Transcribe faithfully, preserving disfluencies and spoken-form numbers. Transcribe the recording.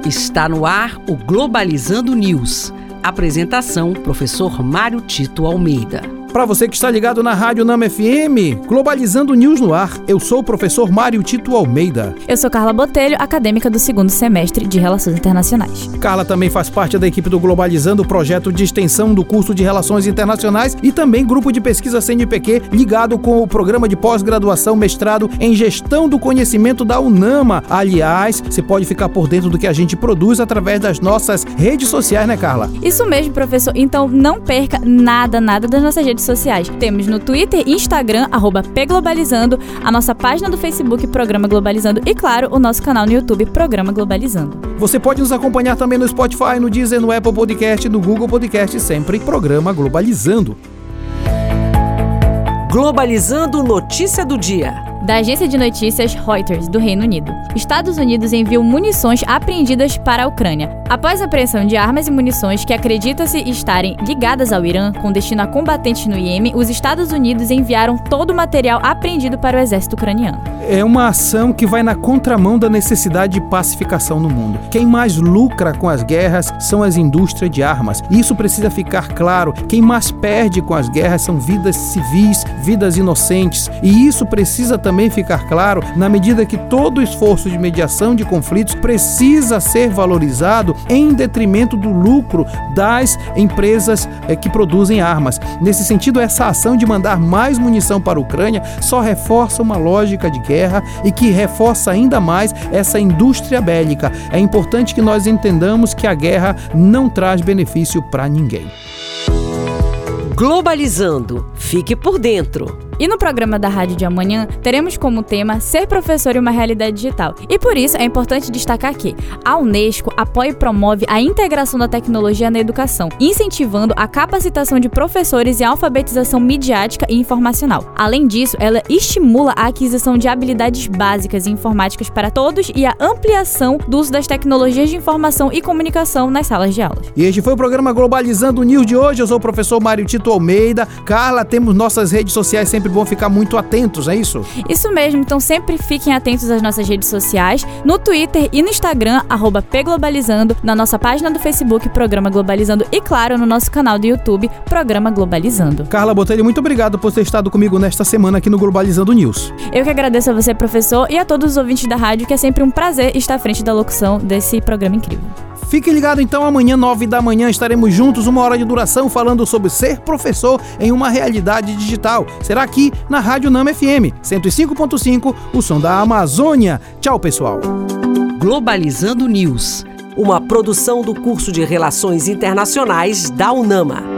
Está no ar o Globalizando News. Apresentação, professor Mário Tito Almeida. Para você que está ligado na Rádio Nama F M, Globalizando News no ar, eu sou o professor Mário Tito Almeida. Eu sou Carla Botelho, acadêmica do segundo semestre de Relações Internacionais. Carla também faz parte da equipe do Globalizando, projeto de extensão do curso de Relações Internacionais e também grupo de pesquisa C N P Q ligado com o programa de pós-graduação mestrado em Gestão do Conhecimento da UNAMA. Aliás, você pode ficar por dentro do que a gente produz através das nossas redes sociais, né, Carla? Isso mesmo, professor. Então não perca nada, nada das nossas redes sociais. Temos no Twitter e Instagram, arroba pglobalizando, a nossa página do Facebook, Programa Globalizando, e claro, o nosso canal no YouTube, Programa Globalizando. Você pode nos acompanhar também no Spotify, no Deezer, no Apple Podcast, no Google Podcast, sempre Programa Globalizando. Globalizando notícia do dia. Da agência de notícias Reuters, do Reino Unido. Estados Unidos enviam munições apreendidas para a Ucrânia. Após a apreensão de armas e munições que acredita-se estarem ligadas ao Irã, com destino a combatentes no Iêmen, os Estados Unidos enviaram todo o material apreendido para o exército ucraniano. É uma ação que vai na contramão da necessidade de pacificação no mundo. Quem mais lucra com as guerras são as indústrias de armas. Isso precisa ficar claro. Quem mais perde com as guerras são vidas civis, vidas inocentes. E isso precisa também também ficar claro na medida que todo esforço de mediação de conflitos precisa ser valorizado em detrimento do lucro das empresas eh, que produzem armas. Nesse sentido, essa ação de mandar mais munição para a Ucrânia só reforça uma lógica de guerra e que reforça ainda mais essa indústria bélica. É importante que nós entendamos que a guerra não traz benefício para ninguém. Globalizando. Fique por dentro. E no programa da Rádio de amanhã, teremos como tema Ser Professor em uma Realidade Digital. E por isso é importante destacar que a Unesco apoia e promove a integração da tecnologia na educação, incentivando a capacitação de professores e a alfabetização midiática e informacional. Além disso, ela estimula a aquisição de habilidades básicas e informáticas para todos e a ampliação do uso das tecnologias de informação e comunicação nas salas de aulas. E este foi o programa Globalizando News de hoje. Eu sou o professor Mário Tito Almeida. Carla, temos nossas redes sociais, sempre bom ficar muito atentos, é isso? Isso mesmo, então sempre fiquem atentos às nossas redes sociais, no Twitter e no Instagram, arroba pglobalizando, na nossa página do Facebook, Programa Globalizando, e claro, no nosso canal do YouTube, Programa Globalizando. Carla Botelho, muito obrigado por ter estado comigo nesta semana aqui no Globalizando News. Eu que agradeço a você, professor, e a todos os ouvintes da rádio, que é sempre um prazer estar à frente da locução desse programa incrível. Fique ligado então, amanhã, nove da manhã, estaremos juntos, uma hora de duração, falando sobre ser professor em uma realidade digital. Será aqui na Rádio Nama F M, cento e cinco ponto cinco, o som da Amazônia. Tchau, pessoal. Globalizando News, uma produção do curso de Relações Internacionais da UNAMA.